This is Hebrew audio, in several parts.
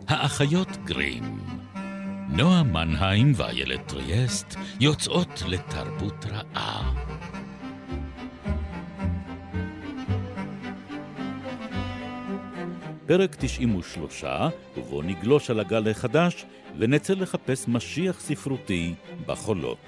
האחיות גרים. נועה מנהיים ואיילת טריאסט יוצאות לתרבות רעה. פרק 93, ובו נגלוש על הגל החדש ונצא לחפש משיח ספרותי בחולות.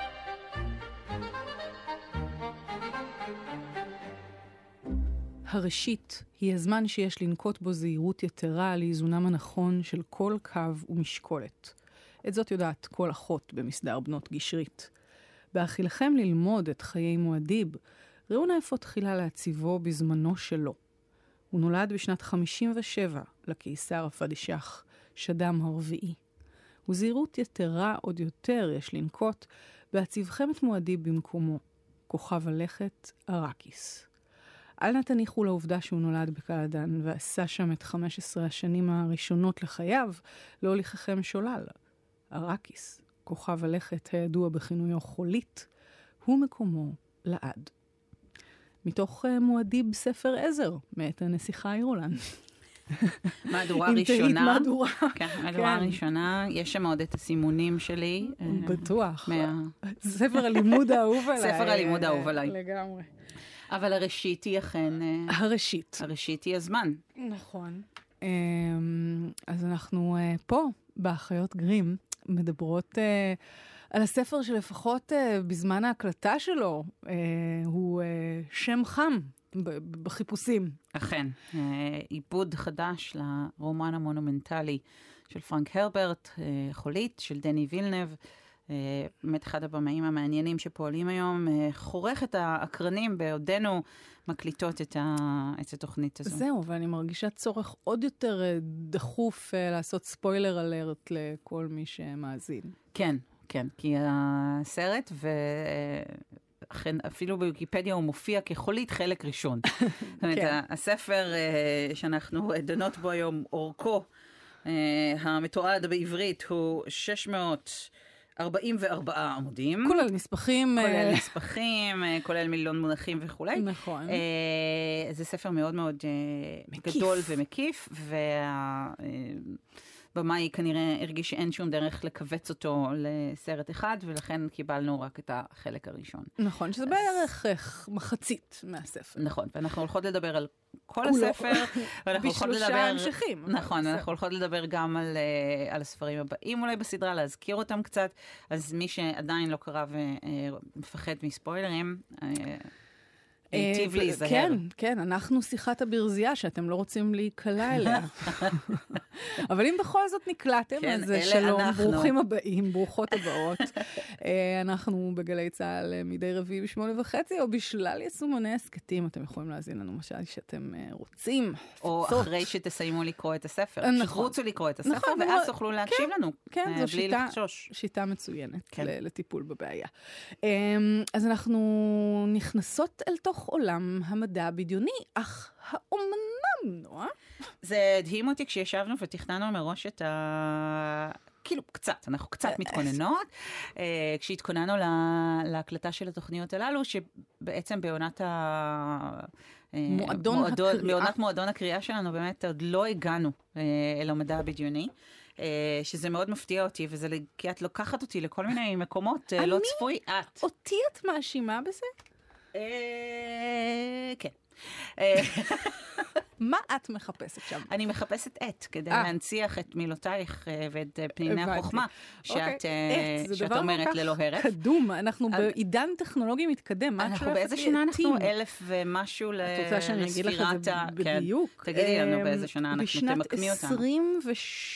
הראשית היא הזמן שיש לנקוט בו זהירות יתרה לאיזונם הנכון של כל קו ומשקולת. את זאת יודעת כל אחות במסדר בנות גשרית. בהכילכם ללמוד את חיי מועדיב, ראו נא איפה תחילה להציבו בזמנו שלו. הוא נולד בשנת 57 לקיסר הפדישך, שדם הרביעי. וזהירות יתרה עוד יותר יש לנקוט בהציבכם את מועדיב במקומו, כוכב הלכת ארקיס. אל נא תניחו לעובדה שהוא נולד בקלדן ועשה שם את 15 השנים הראשונות לחייו, להוליככם שולל. ארקיס, כוכב הלכת הידוע בכינויו חולית, הוא מקומו לעד. מתוך מועדיב ספר עזר, מאת הנסיכה אירולן. מהדורה ראשונה. מהדורה. כן, מהדורה ראשונה. יש שם עוד את הסימונים שלי. בטוח. ספר הלימוד האהוב עליי. ספר הלימוד האהוב עליי. לגמרי. אבל הראשית היא אכן... הראשית. הראשית היא הזמן. נכון. אז אנחנו פה, באחיות גרים, מדברות על הספר שלפחות בזמן ההקלטה שלו, הוא שם חם בחיפושים. אכן. עיבוד חדש לרומן המונומנטלי של פרנק הרברט, חולית, של דני וילנב. באמת אחד הבמאים המעניינים שפועלים היום, חורך את האקרנים בעודנו מקליטות את התוכנית הזו. זהו, ואני מרגישה צורך עוד יותר דחוף לעשות ספוילר אלרט לכל מי שמאזין. כן, כן, כי הסרט אכן, אפילו בוויקיפדיה הוא מופיע כחולית חלק ראשון. זאת אומרת, הספר שאנחנו דנות בו היום, אורכו המתועד בעברית הוא 644 עמודים. כולל נספחים. כולל נספחים, כולל מיליון מונחים וכולי. נכון. זה ספר מאוד מאוד גדול ומקיף, במאי כנראה הרגיש שאין שום דרך לקבץ אותו לסרט אחד, ולכן קיבלנו רק את החלק הראשון. נכון, שזה בערך מחצית מהספר. נכון, ואנחנו הולכות לדבר על כל הספר. בשלושה המשכים. נכון, אנחנו הולכות לדבר גם על הספרים הבאים אולי בסדרה, להזכיר אותם קצת, אז מי שעדיין לא קרא ומפחד מספוילרים, היטיב להיזהר. כן, כן, אנחנו שיחת הברזייה שאתם לא רוצים להיקלע אליה. אבל אם בכל זאת נקלעתם, אז שלום, ברוכים הבאים, ברוכות הבאות. אנחנו בגלי צהל מדי רביעי ב8:30, או בשלל יישומוני הסקטים, אתם יכולים להזין לנו משל שאתם רוצים. או אחרי שתסיימו לקרוא את הספר. שתרוצו לקרוא את הספר, ואז תוכלו להקשיב לנו. כן, זו שיטה מצוינת לטיפול בבעיה. אז אנחנו נכנסות אל תוך עולם המדע הבדיוני, אך האומנם, נועה? זה הדהים אותי כשישבנו ותכננו מראש את כאילו קצת, אנחנו קצת מתכוננות, כשהתכוננו להקלטה של התוכניות הללו, שבעצם בעונת מועדון הקריאה שלנו, באמת עוד לא הגענו אל המדע הבדיוני, שזה מאוד מפתיע אותי, כי את לוקחת אותי לכל מיני מקומות לא צפוי, את. אותי את מאשימה בזה? כן. מה את מחפשת שם? אני מחפשת כדי להנציח את מילותייך ואת פניני החוכמה שאת אומרת ללא הרף. קדום, אנחנו בעידן טכנולוגי מתקדם. אנחנו באיזה שנה אנחנו 1000 ומשהו לספירת... את רוצה שאני אגיד לך את זה בדיוק? תגידי לנו באיזה שנה אנחנו תמקמי אותנו. בשנת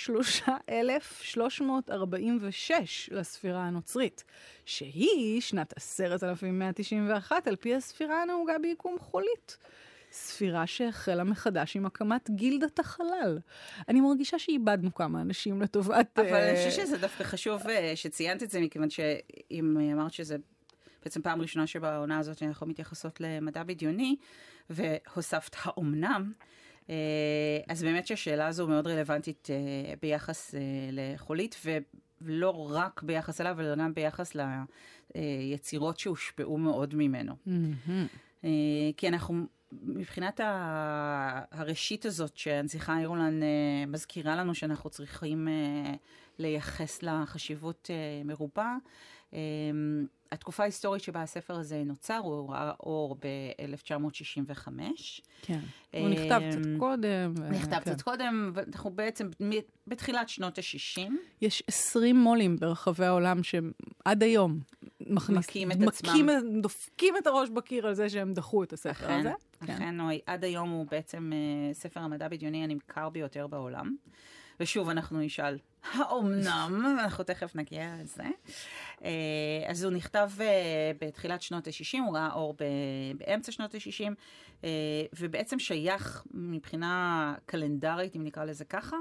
23,346 לספירה הנוצרית, שהיא שנת 10,191 על פי הספירה הנהוגה ביקום חולית. ספירה שהחלה מחדש עם הקמת גילדת החלל. אני מרגישה שאיבדנו כמה אנשים לטובת... אבל אני חושבת שזה דווקא חשוב שציינת את זה, מכיוון שאם אמרת שזה בעצם פעם ראשונה שבעונה הזאת אנחנו מתייחסות למדע בדיוני, והוספת האומנם, אז באמת שהשאלה הזו מאוד רלוונטית ביחס לחולית, ולא רק ביחס אליו, אלא גם ביחס ליצירות שהושפעו מאוד ממנו. כי אנחנו מבחינת הראשית הזאת שהנסיכה אירלנד מזכירה לנו שאנחנו צריכים לייחס לה חשיבות מרובה, התקופה ההיסטורית שבה הספר הזה נוצר, הוא ראה אור ב-1965. כן, הוא נכתב קצת קודם. נכתב קצת קודם, ואנחנו בעצם בתחילת שנות ה-60. יש 20 מולים ברחבי העולם שעד היום מכים את עצמם. דופקים את הראש בקיר על זה שהם דחו את הספר הזה. אכן, עד היום הוא בעצם ספר המדע בדיוני הנמכר ביותר בעולם. ושוב, אנחנו נשאל, האומנם? אנחנו תכף נגיע לזה. אז הוא נכתב בתחילת שנות ה-60, הוא ראה אור באמצע שנות ה-60, ובעצם שייך מבחינה קלנדרית, אם נקרא לזה ככה,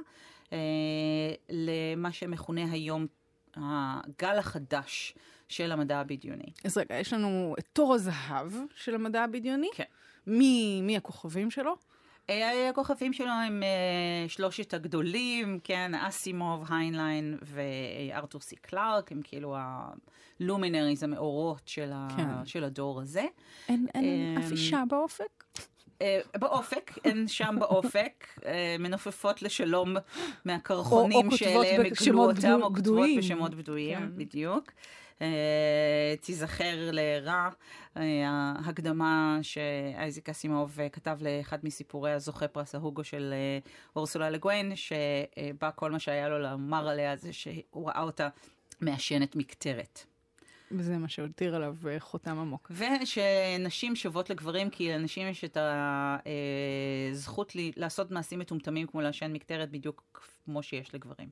למה שמכונה היום הגל החדש של המדע הבדיוני. אז רגע, יש לנו את תור הזהב של המדע הבדיוני. כן. מי הכוכבים שלו? הכוכבים שלו הם שלושת הגדולים, כן, אסימוב, היינליין וארתור סי קלארק, הם כאילו הלומינריז, המאורות של הדור הזה. אין אף אישה באופק? באופק, אין שם באופק, מנופפות לשלום מהקרחונים שאליהם הגלו אותם, או כתובות בשמות בדויים, בדיוק. תיזכר לרע ההקדמה שאייזק אסימוב כתב לאחד מסיפורי הזוכה פרס ההוגו של אורסולה לגוויין, שבה כל מה שהיה לו לומר עליה זה שהוא ראה אותה מעשנת מקטרת. וזה מה שהותיר עליו חותם עמוק. ושנשים שוות לגברים, כי לנשים יש את הזכות לעשות מעשים מטומטמים כמו לעשן מקטרת בדיוק כמו שיש לגברים.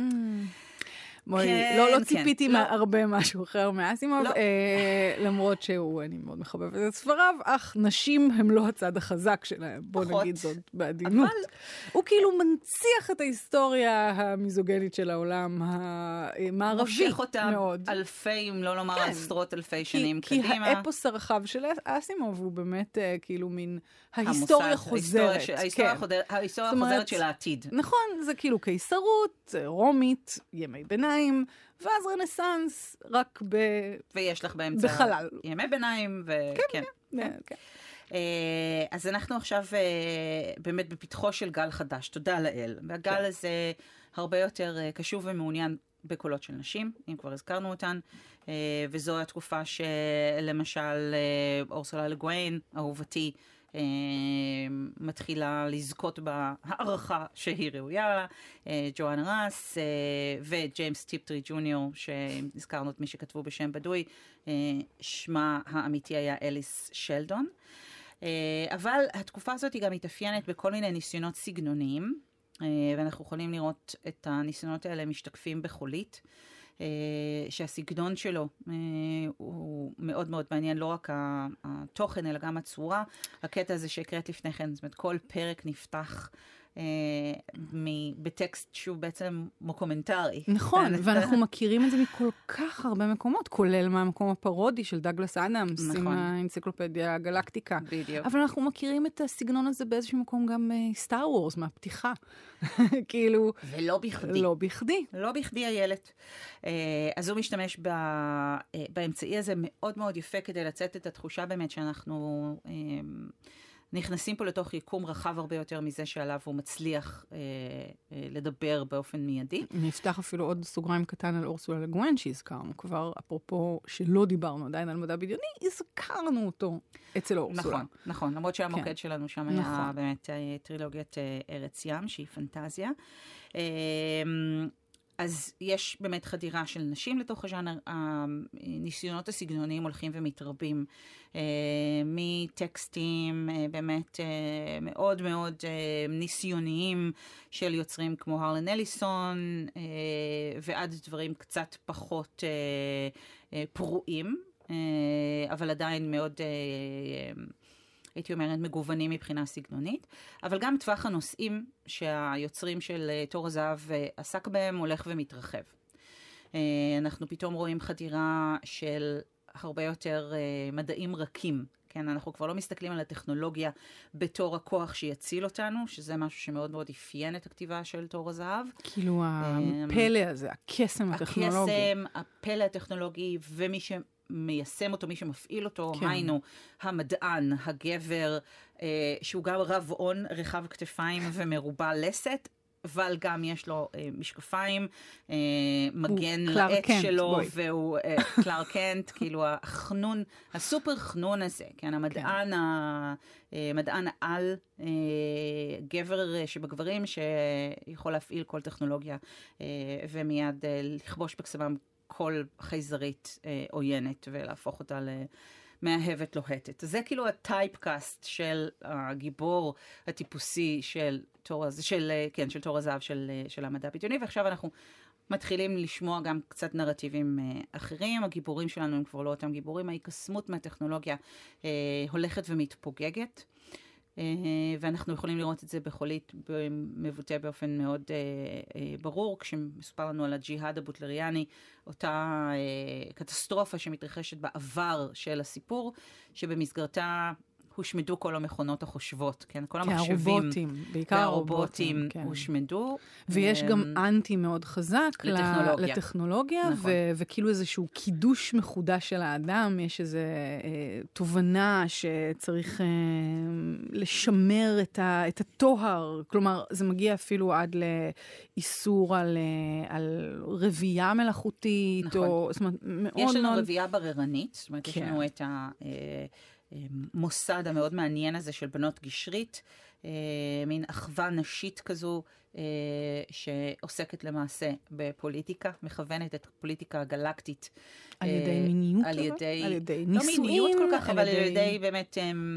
לא ציפיתי הרבה משהו אחר מאסימוב, למרות אני מאוד מחבבת את ספריו, אך נשים הם לא הצד החזק שלהם, בוא נגיד זאת בעדינות. הוא כאילו מנציח את ההיסטוריה המיזוגנית של העולם המערבי. מושך אותה אלפי, אם לא לומר עשרות אלפי שנים קדימה. כי האפוס הרחב של אסימוב הוא באמת כאילו מין ההיסטוריה חוזרת. ההיסטוריה חוזרת של העתיד. נכון, זה כאילו קיסרות, רומית, ימי ביניים, ואז רנסנס, רק ויש לך באמצע בחלל. ימי ביניים, וכן. כן. אז אנחנו עכשיו באמת בפתחו של גל חדש, תודה לאל. והגל הזה הרבה יותר קשוב ומעוניין בקולות של נשים, אם כבר הזכרנו אותן, וזו התקופה שלמשל אורסולה לגוויין, אהובתי, מתחילה לזכות בהערכה שהיא ראויה לה, ג'ואן ראס וג'יימס טיפטרי ג'וניור, שהזכרנו את מי שכתבו בשם בדוי, שמה האמיתי היה אליס שלדון. אבל התקופה הזאת היא גם מתאפיינת בכל מיני ניסיונות סגנוניים, ואנחנו יכולים לראות את הניסיונות האלה משתקפים בחולית, שהסגנון שלו הוא מאוד מאוד מעניין, לא רק התוכן אלא גם הצורה. הקטע הזה שהקראת לפני כן, זאת אומרת כל פרק נפתח בטקסט שהוא בעצם מוקומנטרי. נכון, ואנחנו מכירים את זה מכל כך הרבה מקומות, כולל מהמקום הפרודי של דאגלס אדמס, עם האנציקלופדיה הגלקטיקה. בדיוק. אבל אנחנו מכירים את הסגנון הזה באיזשהו מקום גם סטאר וורס, מהפתיחה. כאילו... ולא בכדי. לא בכדי. לא בכדי איילת. אז הוא משתמש באמצעי הזה מאוד מאוד יפה כדי לצאת את התחושה באמת שאנחנו... נכנסים פה לתוך יקום רחב הרבה יותר מזה שעליו הוא מצליח לדבר באופן מיידי. נפתח אפילו עוד סוגריים קטן על אורסולה לגוויין שהזכרנו כבר, אפרופו שלא דיברנו עדיין על מדע בדיוני, הזכרנו אותו אצל אורסולה. נכון, נכון, למרות שהמוקד שלנו שם היה באמת טרילוגיית ארץ ים, שהיא פנטזיה. אז יש באמת חדירה של נשים לתוך הז'אנר, הניסיונות הסגנוניים הולכים ומתרבים, מטקסטים באמת מאוד מאוד ניסיוניים של יוצרים כמו הרלן אליסון, ועד דברים קצת פחות פרועים, אבל עדיין מאוד... הייתי אומרת, מגוונים מבחינה סגנונית, אבל גם טווח הנושאים שהיוצרים של תור הזהב עסק בהם הולך ומתרחב. אנחנו פתאום רואים חדירה של הרבה יותר מדעים רכים, כן, אנחנו כבר לא מסתכלים על הטכנולוגיה בתור הכוח שיציל אותנו, שזה משהו שמאוד מאוד אפיין את הכתיבה של תור הזהב. כאילו הפלא הזה, הקסם הטכנולוגי. הקסם, הפלא הטכנולוגי, ומי מיישם אותו, מי שמפעיל אותו, היינו המדען, הגבר, שהוא גם רב און, רחב כתפיים ומרובע לסת, אבל גם יש לו משקפיים, מגן לעץ שלו, והוא קלארק קנט, כאילו החנון, הסופר חנון הזה, כן, המדען על גבר שבגברים שיכול להפעיל כל טכנולוגיה, ומיד לכבוש בקסמם כל חייזרית עוינת, ולהפוך אותה מאהבת לוהטת. זה כאילו הטייפקאסט של הגיבור הטיפוסי של תור הזהב של המדע הבדיוני, ועכשיו אנחנו מתחילים לשמוע גם קצת נרטיבים אחרים. הגיבורים שלנו הם כבר לא אותם גיבורים, ההיקסמות מהטכנולוגיה הולכת ומתפוגגת, ואנחנו יכולים לראות את זה בחולית מבוטא באופן מאוד ברור, כשמסופר לנו על הג'יהאד הבוטלריאני, אותה קטסטרופה שמתרחשת בעבר של הסיפור, שבמסגרתה הושמדו כל המכונות החושבות, כן? כל המחשבים. הרובוטים, בעיקר הרובוטים. הושמדו. ויש גם אנטי מאוד חזק לטכנולוגיה, וכאילו איזשהו קידוש מחודש של האדם, יש איזו תובנה שצריך לשמר את התוהר, כלומר, זה מגיע אפילו עד לאיסור על רבייה מלאכותית, נכון. יש לנו רבייה בררנית, זאת אומרת, יש לנו את המוסד המאוד מעניין הזה של בנות גשרית, מין אחווה נשית כזו, שעוסקת למעשה בפוליטיקה, מכוונת את הפוליטיקה הגלקטית. על ידי מיניות? על ידי נישואים? לא מיניות כל כך, אבל על ידי באמת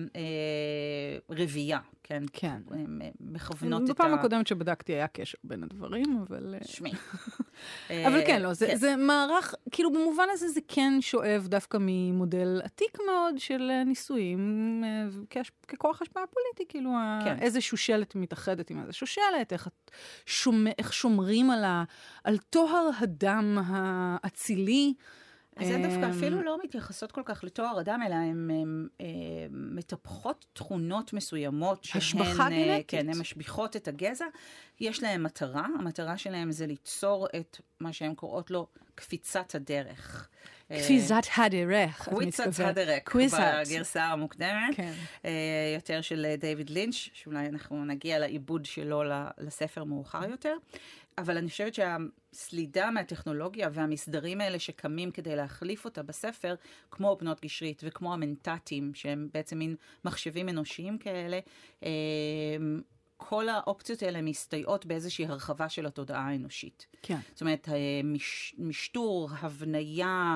רבייה, כן? כן. מכוונות את ה... בפעם הקודמת שבדקתי היה קשר בין הדברים, אבל... שמי. אבל כן, לא, זה מערך, כאילו במובן הזה זה כן שואב דווקא ממודל עתיק מאוד של נישואים, ככוח השפעה פוליטי, כאילו איזה שושלת מתאחדת עם איזה שושלת, איך שומרים על טוהר הדם האצילי. אז הן דווקא אפילו לא מתייחסות כל כך לתואר אדם, אלא הן מטפחות תכונות מסוימות. השבחה גנטית. כן, הן משביחות את הגזע. יש להן מטרה, המטרה שלהן זה ליצור את מה שהן קוראות לו קפיצת הדרך. קפיצת הדרך. קפיצת הדרך, בגרסה המוקדמת. כן. יותר של דיוויד לינץ', שאולי אנחנו נגיע לעיבוד שלו לספר מאוחר יותר. אבל אני חושבת שהסלידה מהטכנולוגיה והמסדרים האלה שקמים כדי להחליף אותה בספר, כמו בנות גשרית וכמו המנטטים, שהם בעצם מין מחשבים אנושיים כאלה, כל האופציות האלה מסתייעות באיזושהי הרחבה של התודעה האנושית. כן. זאת אומרת, משטור, הבניה,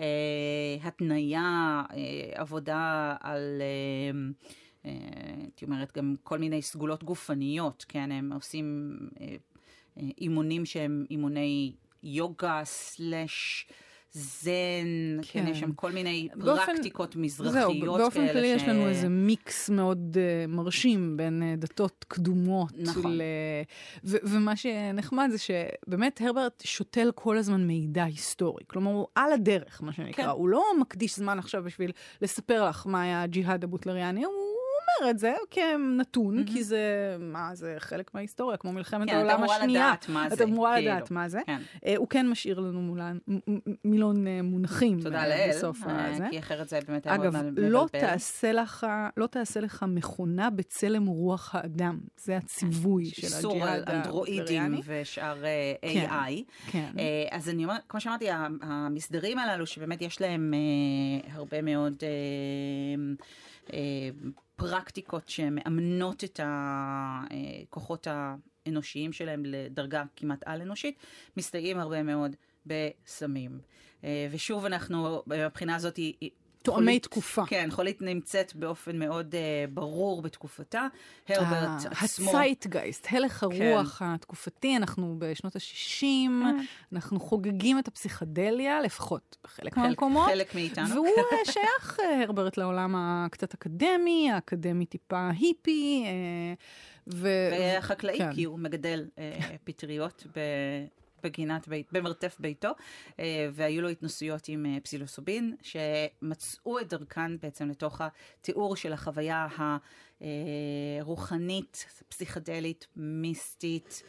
התניה, עבודה על... הייתי אומרת, גם כל מיני סגולות גופניות, כן, הם עושים אימונים שהם אימוני יוגה זן, כן, יש שם כל מיני פרקטיקות מזרחיות כאלה. באופן כללי יש לנו איזה מיקס מאוד מרשים בין דתות קדומות. נכון. ומה שנחמד זה שבאמת הרברט שותל כל הזמן מידע היסטורי. כלומר, הוא על הדרך, מה שנקרא. הוא לא מקדיש זמן עכשיו בשביל לספר לך מה היה הג'יהאד הבוטלריאני, הוא אומר את זה כנתון, כי זה חלק מההיסטוריה, כמו מלחמת העולם השנייה. אתה אמורה לדעת מה זה. הוא כן משאיר לנו מילון מונחים בסוף הזה. כי אחרת זה באמת היה מאוד מבלבל. אגב, לא תעשה לך מכונה בצלם רוח האדם. זה הציווי של הג'יהאד על אנדרואידים ושאר AI. אז אני אומרת, כמו שאמרתי, המסדרים הללו שבאמת יש להם הרבה מאוד פרקטיקות שמאמנות את הכוחות האנושיים שלהם לדרגה כמעט על-אנושית, מסתייעים הרבה מאוד בסמים. ושוב אנחנו, מבחינה הזאת, תואמי תקופה. כן, חולית נמצאת באופן מאוד ברור בתקופתה. הרברט עצמו. הצייטגייסט, הלך הרוח התקופתי, אנחנו בשנות ה-60, אנחנו חוגגים את הפסיכדליה, לפחות בחלק מהמקומות. חלק מאיתנו. והוא שייך, הרברט, לעולם הקצת אקדמי, האקדמי טיפה היפי. וחקלאי, כי הוא מגדל פטריות במרתף ביתו, והיו לו התנסויות עם פסילוסובין, שמצאו את דרכן בעצם לתוך התיאור של החוויה הרוחנית, פסיכדלית, מיסטית,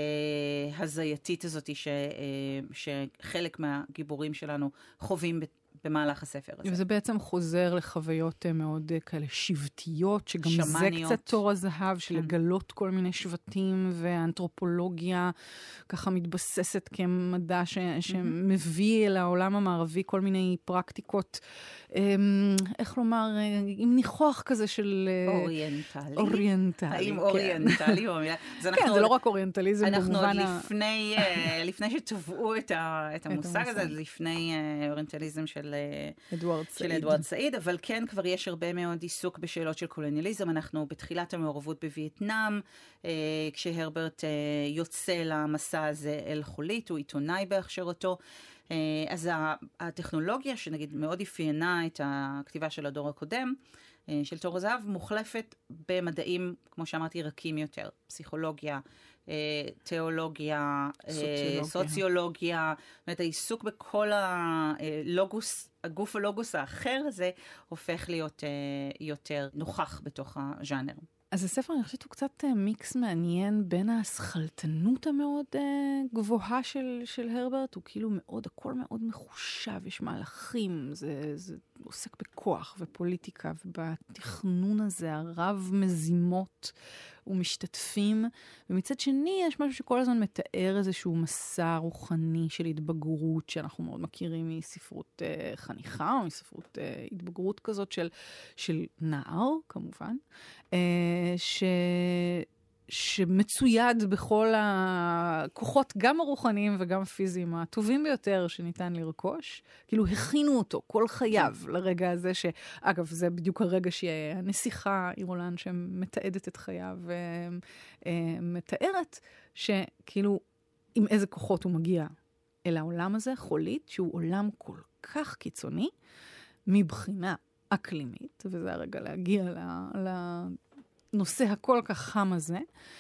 הזייתית הזאת, שחלק מהגיבורים שלנו חווים במהלך הספר הזה. וזה בעצם חוזר לחוויות מאוד כאלה שבטיות, שגם שמניות. זה קצת תור הזהב, של לגלות כל מיני שבטים, והאנתרופולוגיה ככה מתבססת כמדע שמביא אל העולם המערבי כל מיני פרקטיקות, איך לומר, עם ניחוח כזה של... אוריינטלי. האם אוריינטלי? כן, זה לא רק אוריינטליזם במובן אנחנו לפני שטבעו את המושג הזה, לפני אוריינטליזם של אדוארד סעיד, אבל כן כבר יש הרבה מאוד עיסוק בשאלות של קולוניאליזם. אנחנו בתחילת המעורבות בווייטנאם, כשהרברט יוצא למסע הזה אל חולית, הוא עיתונאי בהכשרתו. אז הטכנולוגיה שנגיד מאוד אפיינה את הכתיבה של הדור הקודם, של תור הזהב, מוחלפת במדעים, כמו שאמרתי, רכים יותר. פסיכולוגיה, תיאולוגיה, סוציולוגיה, זאת אומרת, העיסוק בכל הגוף הלוגוס האחר הזה, הופך להיות יותר נוכח בתוך הז'אנר. אז הספר, אני חושבת, הוא קצת מיקס מעניין בין הסכלתנות המאוד גבוהה של הרברט, הוא כאילו מאוד, הכל מאוד מחושב, יש מהלכים, זה עוסק בכוח ופוליטיקה, ובתכנון הזה הרב מזימות ומשתתפים, ומצד שני יש משהו שכל הזמן מתאר איזשהו מסע רוחני של התבגרות, שאנחנו מאוד מכירים מספרות חניכה, או מספרות התבגרות כזאת של נער, כמובן, שמצויד בכל הכוחות, גם הרוחניים וגם הפיזיים הטובים ביותר שניתן לרכוש. כאילו הכינו אותו כל חייו לרגע הזה, שאגב, זה בדיוק הרגע שהנסיכה אירולן שמתעדת את חייו ומתארת, שכאילו עם איזה כוחות הוא מגיע אל העולם הזה, חולית, שהוא עולם כל כך קיצוני, מבחינה אקלימית, וזה הרגע להגיע לנושא הכל כך חם הזה.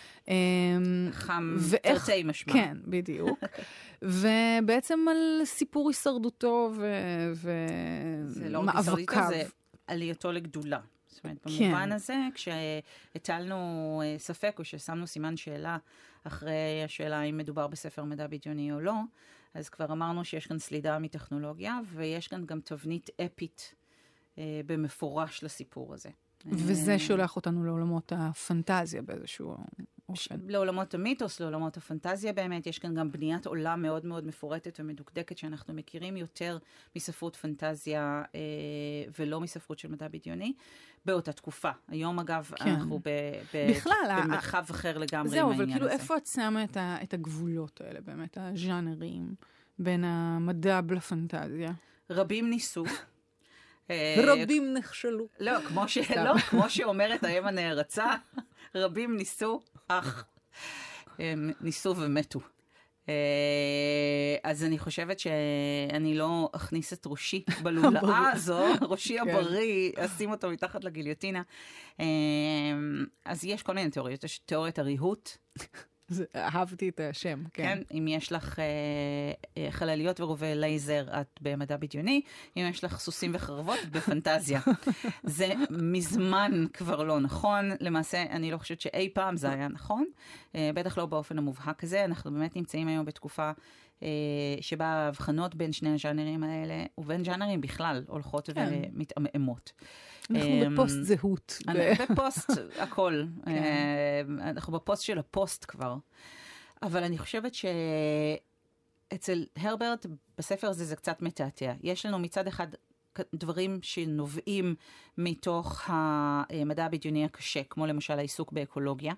חם תרתי משמע. כן, בדיוק. ובעצם על סיפור הישרדותו זה לא רק הישרדותו, זה עלייתו לגדולה. זאת אומרת, במובן הזה, כשהטלנו ספק, או ששמנו סימן שאלה אחרי השאלה אם מדובר בספר מדע בדיוני או לא, אז כבר אמרנו שיש כאן סלידה מטכנולוגיה, ויש כאן גם תבנית אפית במפורש לסיפור הזה. וזה שולח אותנו לעולמות הפנטזיה באיזשהו אופן. לעולמות המיתוס, לעולמות הפנטזיה באמת. יש כאן גם בניית עולם מאוד מאוד מפורטת ומדוקדקת, שאנחנו מכירים יותר מספרות פנטזיה ולא מספרות של מדע בדיוני, באותה תקופה. היום אגב, אנחנו במרחב אחר לגמרי זהו, אבל כאילו איפה את שמה את הגבולות האלה באמת, הז'אנרים, בין המדע לפנטזיה? רבים ניסו. רבים נכשלו. לא, כמו שאומרת האם הנערצה, רבים ניסו, אך ניסו ומתו. אז אני חושבת שאני לא אכניס את ראשי בלולאה הזו, ראשי הבריא, אשים אותו מתחת לגיליוטינה. אז יש כל מיני תיאוריות, יש תיאוריית הריהוט. אהבתי את השם, כן. אם יש לך חלליות ורובי לייזר, את במדע בדיוני. אם יש לך סוסים וחרבות, את בפנטזיה. זה מזמן כבר לא נכון. למעשה, אני לא חושבת שאי פעם זה היה נכון. בטח לא באופן המובהק הזה. אנחנו באמת נמצאים היום בתקופה שבה ההבחנות בין שני הז'אנרים האלה, ובין ז'אנרים בכלל, הולכות ומתעמעמות. אנחנו בפוסט זהות. בפוסט הכל. אנחנו בפוסט של הפוסט כבר. אבל אני חושבת שאצל הרברט, בספר הזה זה קצת מתעתע. יש לנו מצד אחד דברים שנובעים מתוך המדע הבדיוני הקשה, כמו למשל העיסוק באקולוגיה,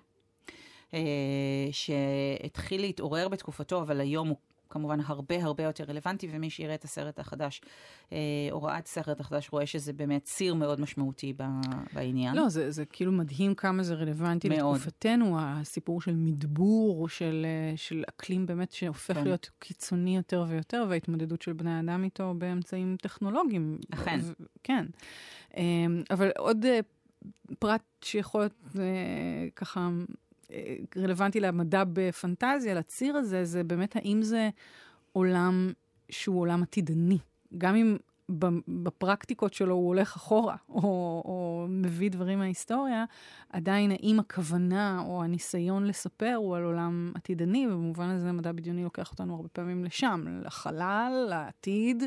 שהתחיל להתעורר בתקופתו, אבל היום הוא כמובן הרבה הרבה יותר רלוונטי, ומי שיראה את הסרט החדש, או ראה את הסרט החדש, רואה שזה באמת ציר מאוד משמעותי בעניין. לא, זה כאילו מדהים כמה זה רלוונטי לתקופתנו, הסיפור של מדבור, של אקלים באמת שהופך להיות קיצוני יותר ויותר, וההתמודדות של בני האדם איתו באמצעים טכנולוגיים. אכן. כן. אבל עוד פרט שיכול להיות ככה רלוונטי למדע בפנטזיה, לציר הזה, זה באמת האם זה עולם שהוא עולם עתידני. גם אם בפרקטיקות שלו הוא הולך אחורה, או מביא דברים מההיסטוריה, עדיין האם הכוונה או הניסיון לספר הוא על עולם עתידני, ובמובן הזה מדע בדיוני לוקח אותנו הרבה פעמים לשם, לחלל, לעתיד,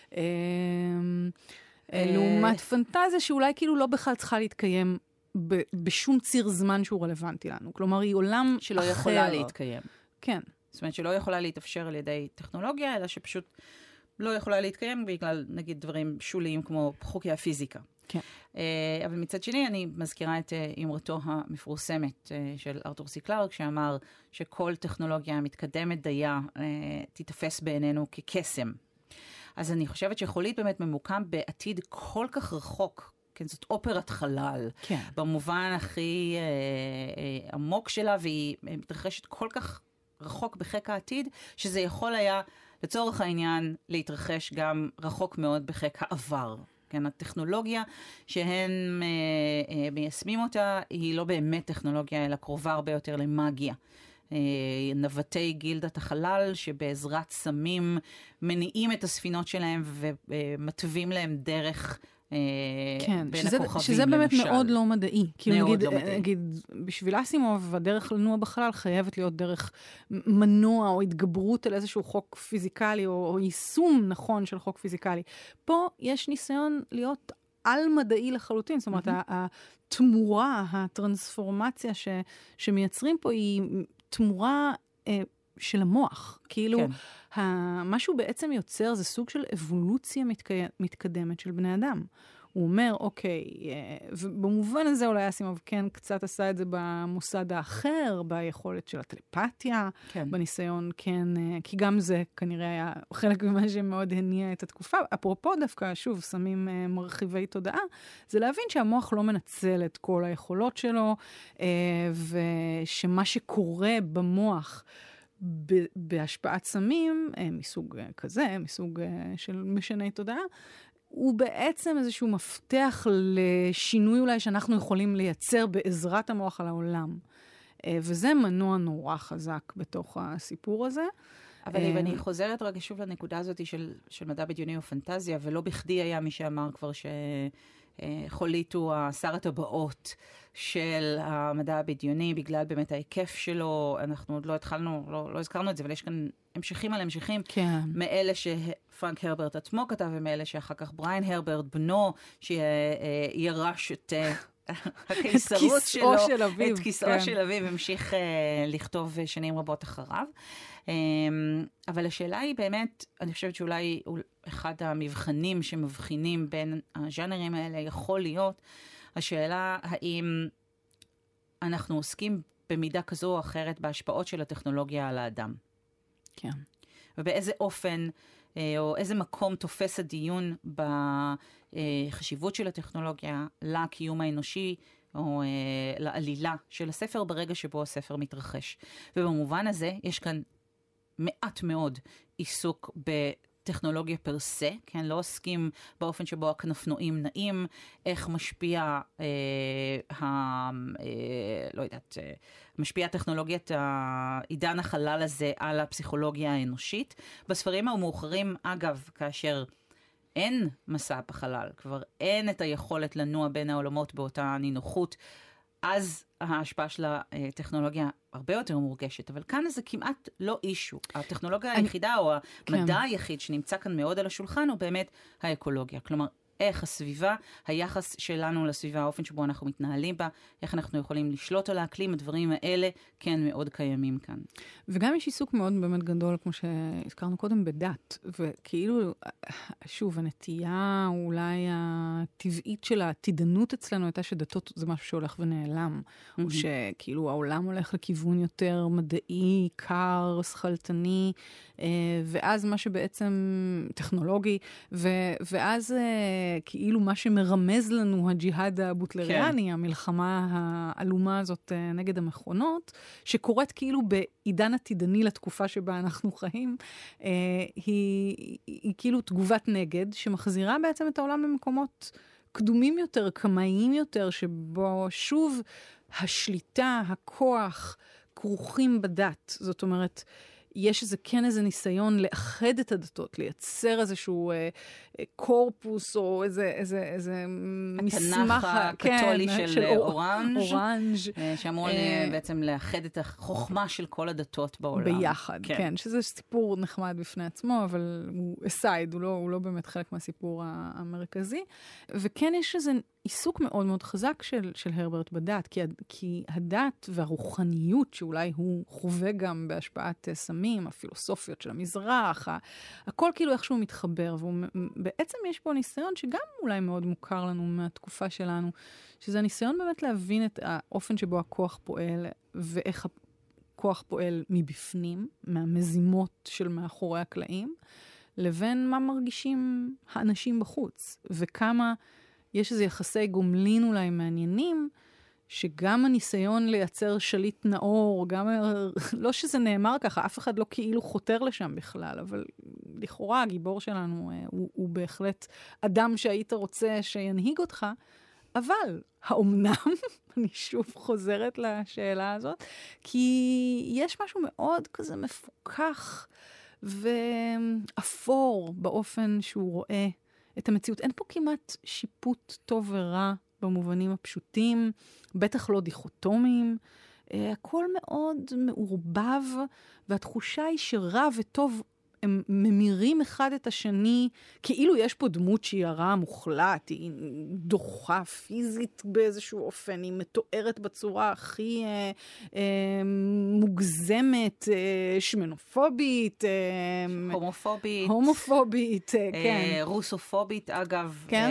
לעומת פנטזיה שאולי כאילו לא בכלל צריכה להתקיים בשום ציר זמן שהוא רלוונטי לנו. כלומר, היא עולם שלא אחר. יכולה להתקיים. כן. זאת אומרת, שלא יכולה להתאפשר על ידי טכנולוגיה, אלא שפשוט לא יכולה להתקיים בגלל, נגיד, דברים שוליים כמו חוקי הפיזיקה. כן. אבל מצד שני, אני מזכירה את אמרתו המפורסמת של ארתור סי קלארק, שאמר שכל טכנולוגיה מתקדמת דייה תתפס בעינינו כקסם. אז אני חושבת שחולית באמת ממוקם בעתיד כל כך רחוק, כן, זאת אופרת חלל, כן. במובן הכי עמוק שלה, והיא מתרחשת כל כך רחוק בחיק העתיד, שזה יכול היה, לצורך העניין, להתרחש גם רחוק מאוד בחיק העבר. כן, הטכנולוגיה שהם מיישמים אותה, היא לא באמת טכנולוגיה, אלא קרובה הרבה יותר למאגיה. נווטי גילדת החלל, שבעזרת סמים מניעים את הספינות שלהם ומטווים להם דרך כן, בין הכוכבים, שזה באמת למשל. מאוד לא מדעי. כאילו מאוד לא מדעי. נגיד, בשביל אסימוב, הדרך לנוע בחלל חייבת להיות דרך מנוע או התגברות על איזשהו חוק פיזיקלי, או יישום נכון של חוק פיזיקלי. פה יש ניסיון להיות על-מדעי לחלוטין. זאת אומרת, התמורה, הטרנספורמציה שמייצרים פה היא תמורה של המוח. כאילו, מה שהוא בעצם יוצר זה סוג של אבולוציה מתקדמת של בני אדם. הוא אומר, אוקיי, ובמובן הזה אולי אסימוב כן קצת עשה את זה במוסד האחר, ביכולת של הטלפתיה, בניסיון כן, כי גם זה כנראה היה חלק ממה שמאוד הניע את התקופה. אפרופו דווקא, שוב, שמים מרחיבי תודעה, זה להבין שהמוח לא מנצל את כל היכולות שלו, ושמה שקורה במוח, בהשפעת סמים, מסוג כזה, מסוג של משני תודעה, הוא בעצם איזשהו מפתח לשינוי אולי שאנחנו יכולים לייצר בעזרת המוח על העולם. וזה מנוע נורא חזק בתוך הסיפור הזה. אבל אם אני חוזרת רגע שוב לנקודה הזאת של מדע בדיוני ופנטזיה, ולא בכדי היה מי שאמר כבר שחולית הוא שר הטבעות של המדע הבדיוני, בגלל באמת ההיקף שלו, אנחנו עוד לא התחלנו, לא הזכרנו את זה, אבל יש כאן המשכים על המשכים, כן. מאלה שפרנק הרברט עצמו כתב, ומאלה שאחר כך בריין הרברט, בנו, שירש את הקיסרות שלו, את כיסאו של אביו, המשיך לכתוב שנים רבות אחריו. אבל השאלה היא באמת, אני חושבת שאולי אחד המבחנים שמבחינים בין הז'אנרים האלה יכול להיות, השאלה האם אנחנו עוסקים במידה כזו או אחרת בהשפעות של הטכנולוגיה על האדם. כן. ובאיזה אופן או איזה מקום תופס הדיון בחשיבות של הטכנולוגיה לקיום האנושי או לעלילה של הספר ברגע שבו הספר מתרחש. ובמובן הזה יש כאן מעט מאוד עיסוק טכנולוגיה פרסה, כן, לא עוסקים באופן שבו הכנפנועים נעים, איך משפיע, לא יודעת, משפיע טכנולוגיית עידן החלל הזה על הפסיכולוגיה האנושית. בספרים המאוחרים, אגב, כאשר אין מסע בחלל, כבר אין את היכולת לנוע בין העולמות באותה נינוחות, אז ההשפעה של הטכנולוגיה הרבה יותר מורגשת, אבל כאן זה כמעט לא אישו. הטכנולוגיה היחידה או המדע היחיד שנמצא כאן מאוד על השולחן הוא באמת האקולוגיה. כלומר, איך הסביבה, היחס שלנו לסביבה, האופן שבו אנחנו מתנהלים בה, איך אנחנו יכולים לשלוט על האקלים, הדברים האלה כן מאוד קיימים כאן. וגם יש עיסוק מאוד באמת גדול, כמו שהזכרנו קודם, בדת. וכאילו, שוב, הנטייה אולי הטבעית של העתידנות אצלנו הייתה שדתות זה משהו שהולך ונעלם. או שכאילו העולם הולך לכיוון יותר מדעי, קר, שכלתני, ואז מה שבעצם טכנולוגי, ואז כאילו מה שמרמז לנו הג'יהאד הבוטלריאני, המלחמה האלומה הזאת נגד המכונות, שקורית כאילו בעידן עתידני לתקופה שבה אנחנו חיים, היא כאילו תגובת נגד, שמחזירה בעצם את העולם למקומות קדומים יותר, קמאיים יותר, שבו שוב השליטה, הכוח, כרוכים בדת. זאת אומרת, יש איזה ניסיון לאחד את הדתות, לייצר איזשהו קורפוס, או איזה מסמך... הקתולי של אורנג'. אורנג'. שאמור בעצם לאחד את החוכמה של כל הדתות בעולם. ביחד, כן. שזה סיפור נחמד בפני עצמו, אבל הוא אסייד, הוא לא באמת חלק מהסיפור המרכזי. וכן יש איזה עיסוק מאוד מאוד חזק של הרברט בדת, כי הדת והרוחניות, שאולי הוא חווה גם בהשפעת סמים, הפילוסופיות של המזרח, הכל כאילו איכשהו מתחבר, ובעצם יש פה ניסיון שגם אולי מאוד מוכר לנו מהתקופה שלנו, שזה הניסיון באמת להבין את האופן שבו הכוח פועל, ואיך הכוח פועל מבפנים, מהמזימות של מאחורי הקלעים, לבין מה מרגישים האנשים בחוץ, וכמה יש איזה יחסי גומלין אולי מעניינים, שגם הניסיון לייצר שליט נאור, גם, לא שזה נאמר ככה, אף אחד לא כאילו חותר לשם בכלל, אבל לכאורה הגיבור שלנו הוא בהחלט אדם שהיית רוצה שינהיג אותך, אבל האומנם, אני שוב חוזרת לשאלה הזאת, כי יש משהו מאוד כזה מפוקח ואפור באופן שהוא רואה את המציאות. אין פה כמעט שיפוט טוב ורע במובנים הפשוטים, בטח לא דיכוטומיים. הכל מאוד מעורבב, והתחושה היא שרע וטוב הם ממירים אחד את השני, כאילו יש פה דמות שהיא הרע מוחלט, היא דוחה פיזית באיזשהו אופן, היא מתוארת בצורה הכי מוגזמת, שמנופובית, הומופובית, כן. רוסופובית, אגב, כן,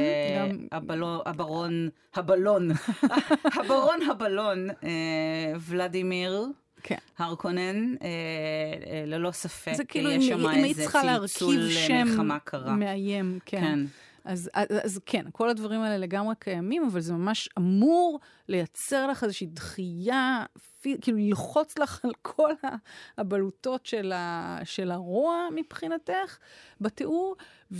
הבלון, ולדימיר, כן. הרקונן, ללא ספק, זה כאילו יש שם אם היית איזה צריכה להרכיב שם מאיים, כן. כן. אז כן, כל הדברים האלה לגמרי קיימים, אבל זה ממש אמור לייצר לך איזושהי דחייה, כאילו ללחוץ לך על כל הבלוטות של הרוע מבחינתך בתיאור,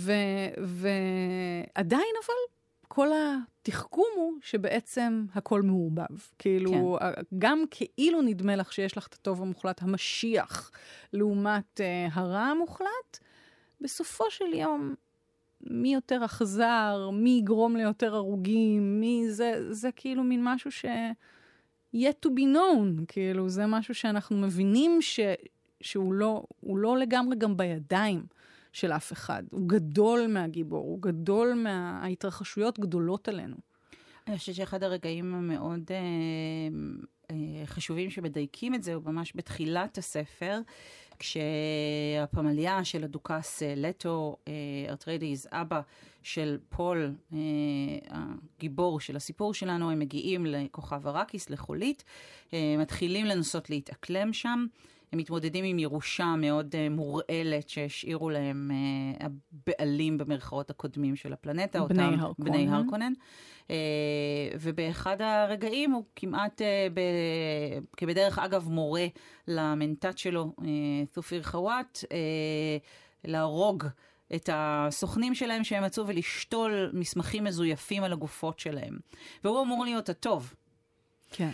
ועדיין אבל כל התחכום הוא שבעצם הכל מעורבב. כאילו, כן. גם כאילו נדמה לך שיש לך את הטוב המוחלט, המשיח, לעומת הרע המוחלט, בסופו של יום, מי יותר אכזר, מי יגרום ליותר הרוגים, זה כאילו מין משהו yet to be known, כאילו, זה משהו שאנחנו מבינים שהוא לא לגמרי גם בידיים של אף אחד. הוא גדול מהגיבור, הוא גדול ההתרחשויות גדולות עלינו. אני חושבת שאחד הרגעים המאוד חשובים שמדייקים את זה, הוא ממש בתחילת הספר, כשהפמליה של הדוכס לטו ארטריידיס, אבא של פול, הגיבור של הסיפור שלנו, הם מגיעים לכוכב אראקיס, לחולית, מתחילים לנסות להתאקלם שם, הם מתמודדים עם ירושה מאוד מורעלת שהשאירו להם הבעלים במרכאות הקודמים של הפלנטה, בני הרקונן. ובאחד הרגעים הוא כמעט כבדרך אגב מורה למנטט שלו, ת'ופיר חוואט, להרוג את הסוכנים שלהם שהם מצאו ולשתול מסמכים מזויפים על הגופות שלהם. והוא אמור להיות הטוב. כן.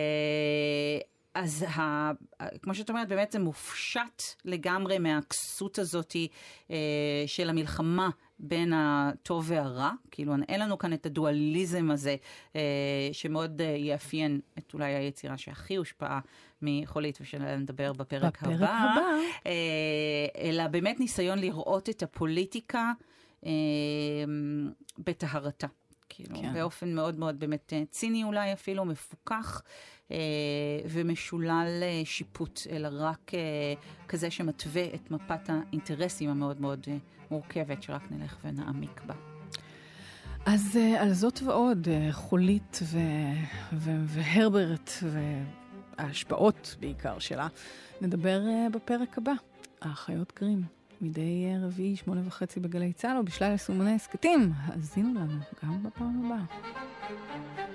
אז כמו שאת אומרת, באמת זה מופשט לגמרי מהכסות הזאת של המלחמה בין הטוב והרע. כאילו אין לנו כאן את הדואליזם הזה שמאוד יאפיין את אולי היצירה שהכי הושפעה מחולית, ושנדבר נדבר בפרק הבא. אלא באמת ניסיון לראות את הפוליטיקה בטהרתה. כאילו, כן. באופן מאוד מאוד באמת ציני אולי אפילו, מפוקח ומשולל שיפוט, אלא רק כזה שמתווה את מפת האינטרסים המאוד מאוד מורכבת, שרק נלך ונעמיק בה. אז על זאת ועוד, חולית והרברט וההשפעות בעיקר שלה, נדבר בפרק הבא, האחיות גרים. מדי רביעי 8:30 בגלי צהל, או בשלל יישומוני הסקטים. האזינו לנו גם בפעם הבאה.